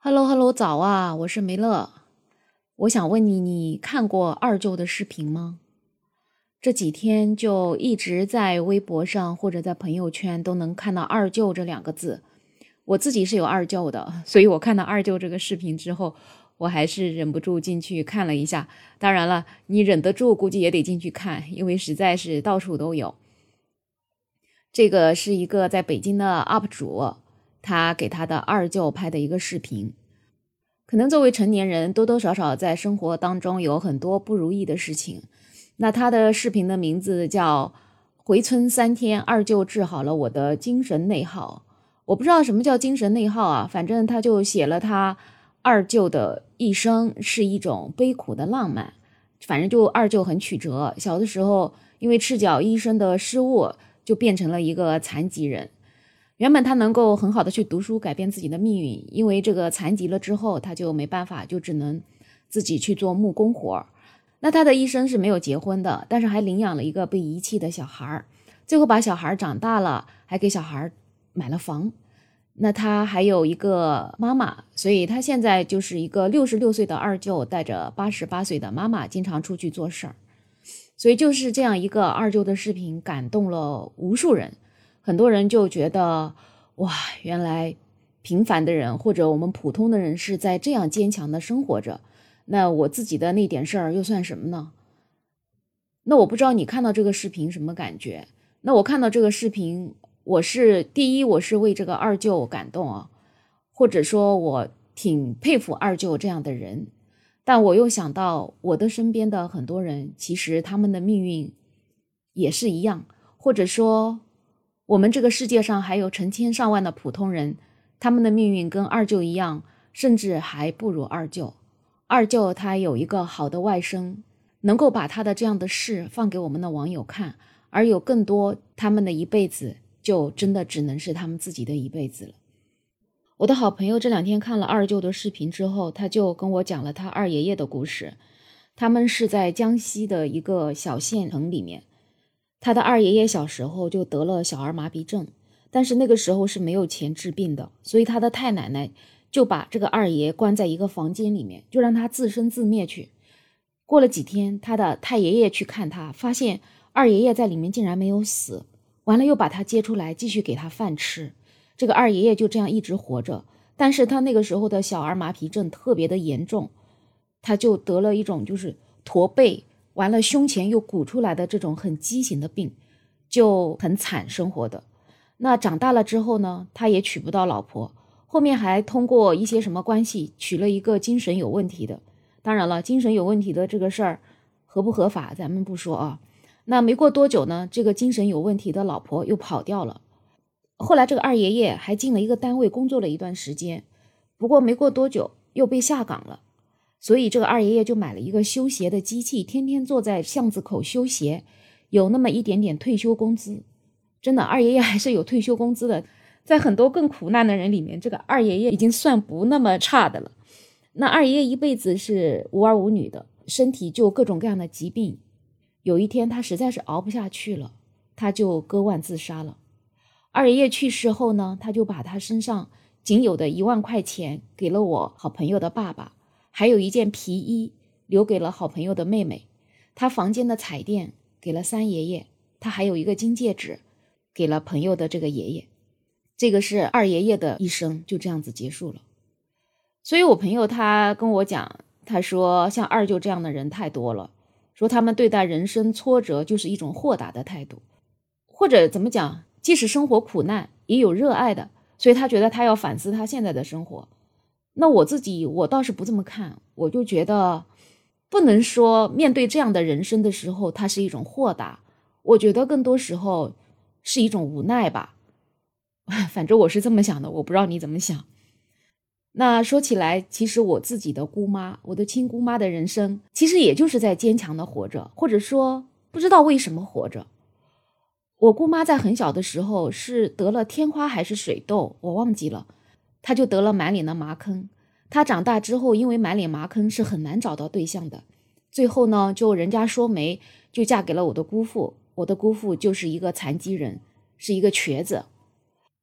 Hello，早啊，我是梅乐。我想问你，你看过二舅的视频吗？这几天就一直在微博上或者在朋友圈都能看到二舅这两个字。我自己是有二舅的，所以我看到二舅这个视频之后，我还是忍不住进去看了一下。当然了，你忍得住，估计也得进去看，因为实在是到处都有。这个是一个在北京的 UP 主，他给他的二舅拍的一个视频。可能作为成年人，多多少少在生活当中有很多不如意的事情。那他的视频的名字叫“回村3天，二舅治好了我的精神内耗”。我不知道什么叫精神内耗啊，反正他就写了他二舅的一生是一种悲苦的浪漫。反正就二舅很曲折，小的时候因为赤脚医生的失误，就变成了一个残疾人。原本他能够很好的去读书，改变自己的命运，因为这个残疾了之后，他就没办法，就只能自己去做木工活。那他的一生是没有结婚的，但是还领养了一个被遗弃的小孩，最后把小孩长大了，还给小孩买了房。那他还有一个妈妈，所以他现在就是一个66岁的二舅，带着88岁的妈妈经常出去做事儿。所以就是这样一个二舅的视频感动了无数人。很多人就觉得，哇，原来平凡的人或者我们普通的人是在这样坚强的生活着，那我自己的那点事儿又算什么呢？那我不知道你看到这个视频什么感觉？那我看到这个视频，第一，我是为这个二舅感动啊，或者说我挺佩服二舅这样的人。但我又想到我的身边的很多人，其实他们的命运也是一样，或者说我们这个世界上还有成千上万的普通人，他们的命运跟二舅一样，甚至还不如二舅。二舅他有一个好的外甥，能够把他的这样的事放给我们的网友看，而有更多他们的一辈子就真的只能是他们自己的一辈子了。我的好朋友这2天看了二舅的视频之后，他就跟我讲了他二爷爷的故事。他们是在江西的一个小县城里面，他的二爷爷小时候就得了小儿麻痹症，但是那个时候是没有钱治病的，所以他的太奶奶就把这个二爷关在一个房间里面，就让他自生自灭去。过了几天，他的太爷爷去看他，发现二爷爷在里面竟然没有死，完了又把他接出来继续给他饭吃。这个二爷爷就这样一直活着，但是他那个时候的小儿麻痹症特别的严重，他就得了一种就是驼背，完了胸前又鼓出来的这种很畸形的病，就很惨生活的。那长大了之后呢，他也娶不到老婆，后面还通过一些什么关系娶了一个精神有问题的。当然了，精神有问题的这个事儿合不合法咱们不说啊。那没过多久呢，这个精神有问题的老婆又跑掉了。后来这个二爷爷还进了一个单位工作了一段时间，不过没过多久又被下岗了，所以这个二爷爷就买了一个修鞋的机器，天天坐在巷子口修鞋，有那么一点点退休工资。真的，二爷爷还是有退休工资的，在很多更苦难的人里面，这个二爷爷已经算不那么差的了。那二爷爷一辈子是无儿无女的，身体就各种各样的疾病。有一天他实在是熬不下去了，他就割腕自杀了。二爷爷去世后呢，他就把他身上仅有的1万块钱给了我好朋友的爸爸，还有一件皮衣留给了好朋友的妹妹，他房间的彩电给了三爷爷，他还有一个金戒指给了朋友的这个爷爷。这个是二爷爷的一生就这样子结束了。所以我朋友他跟我讲，他说像二舅这样的人太多了，说他们对待人生挫折就是一种豁达的态度，或者怎么讲，即使生活苦难也有热爱的，所以他觉得他要反思他现在的生活。那我倒是不这么看，我就觉得不能说面对这样的人生的时候它是一种豁达，我觉得更多时候是一种无奈吧。反正我是这么想的，我不知道你怎么想。那说起来，其实我自己的姑妈，我的亲姑妈的人生其实也就是在坚强的活着，或者说不知道为什么活着。我姑妈在很小的时候是得了天花还是水痘，我忘记了，她就得了满脸的麻坑。她长大之后因为满脸麻坑是很难找到对象的，最后呢就人家说媒，就嫁给了我的姑父。我的姑父就是一个残疾人，是一个瘸子。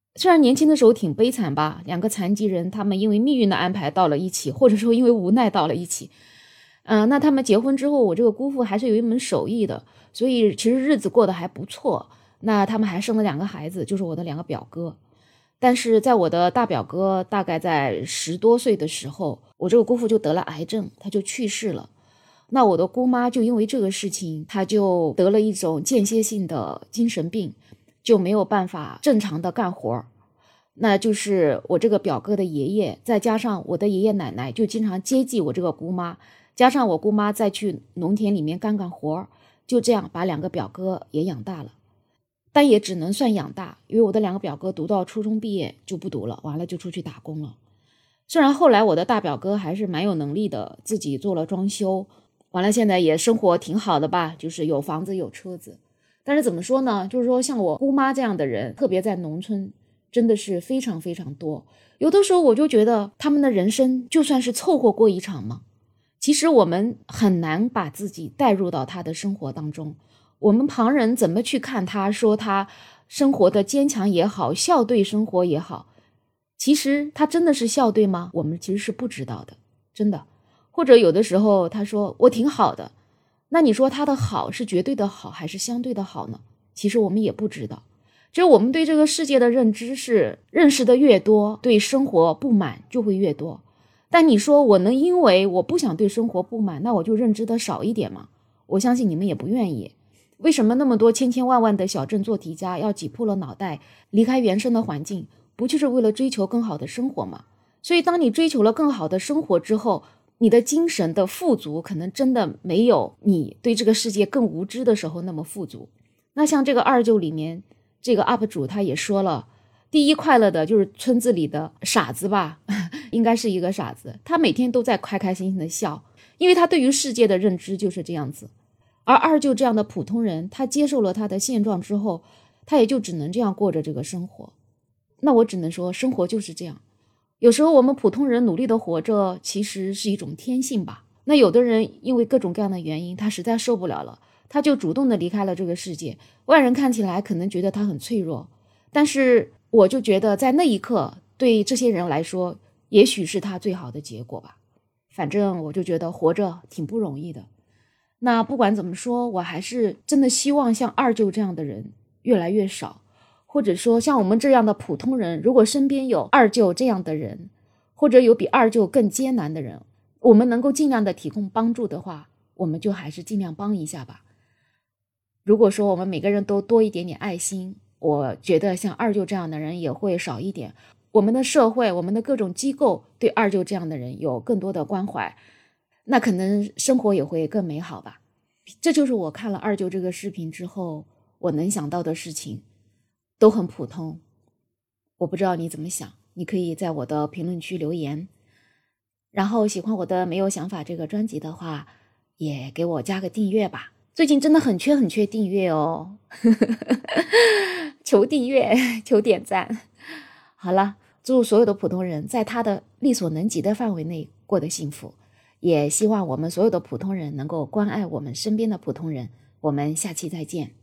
虽然年轻的时候挺悲惨吧，两个残疾人，他们因为命运的安排到了一起，或者说因为无奈到了一起。那他们结婚之后，我这个姑父还是有一门手艺的，所以其实日子过得还不错。那他们还生了2个孩子，就是我的2个表哥。但是在我的大表哥大概在10多岁的时候，我这个姑父就得了癌症，他就去世了。那我的姑妈就因为这个事情，她就得了一种间歇性的精神病，就没有办法正常的干活。那就是我这个表哥的爷爷，再加上我的爷爷奶奶就经常接济我这个姑妈，加上我姑妈再去农田里面干活，就这样把2个表哥也养大了。但也只能算养大，因为我的2个表哥读到初中毕业就不读了，完了就出去打工了。虽然后来我的大表哥还是蛮有能力的，自己做了装修，完了现在也生活挺好的吧，就是有房子有车子。但是怎么说呢，就是说像我姑妈这样的人，特别在农村真的是非常非常多。有的时候我就觉得他们的人生就算是凑合过一场嘛，其实我们很难把自己带入到他的生活当中。我们旁人怎么去看他，说他生活的坚强也好，笑对生活也好，其实他真的是笑对吗？我们其实是不知道的，真的。或者有的时候他说我挺好的，那你说他的好是绝对的好还是相对的好呢？其实我们也不知道。就是我们对这个世界的认知是认识的越多，对生活不满就会越多。但你说我能因为我不想对生活不满，那我就认知的少一点吗？我相信你们也不愿意。为什么那么多千千万万的小镇做题家要挤破了脑袋离开原生的环境，不就是为了追求更好的生活吗？所以当你追求了更好的生活之后，你的精神的富足可能真的没有你对这个世界更无知的时候那么富足。那像这个二舅里面这个 UP 主他也说了，第一快乐的就是村子里的傻子吧，应该是一个傻子，他每天都在开开心心的笑，因为他对于世界的认知就是这样子。而二舅这样的普通人，他接受了他的现状之后，他也就只能这样过着这个生活。那我只能说生活就是这样，有时候我们普通人努力的活着其实是一种天性吧。那有的人因为各种各样的原因，他实在受不了了，他就主动的离开了这个世界。外人看起来可能觉得他很脆弱，但是我就觉得在那一刻对这些人来说也许是他最好的结果吧。反正我就觉得活着挺不容易的。那不管怎么说，我还是真的希望像二舅这样的人越来越少，或者说像我们这样的普通人，如果身边有二舅这样的人，或者有比二舅更艰难的人，我们能够尽量的提供帮助的话，我们就还是尽量帮一下吧。如果说我们每个人都多一点点爱心，我觉得像二舅这样的人也会少一点，我们的社会，我们的各种机构对二舅这样的人有更多的关怀，那可能生活也会更美好吧。这就是我看了二舅这个视频之后我能想到的事情，都很普通。我不知道你怎么想，你可以在我的评论区留言。然后喜欢我的没有想法这个专辑的话，也给我加个订阅吧。最近真的很缺订阅哦，求订阅，求点赞。好了，祝所有的普通人在他的力所能及的范围内过得幸福，也希望我们所有的普通人能够关爱我们身边的普通人。我们下期再见。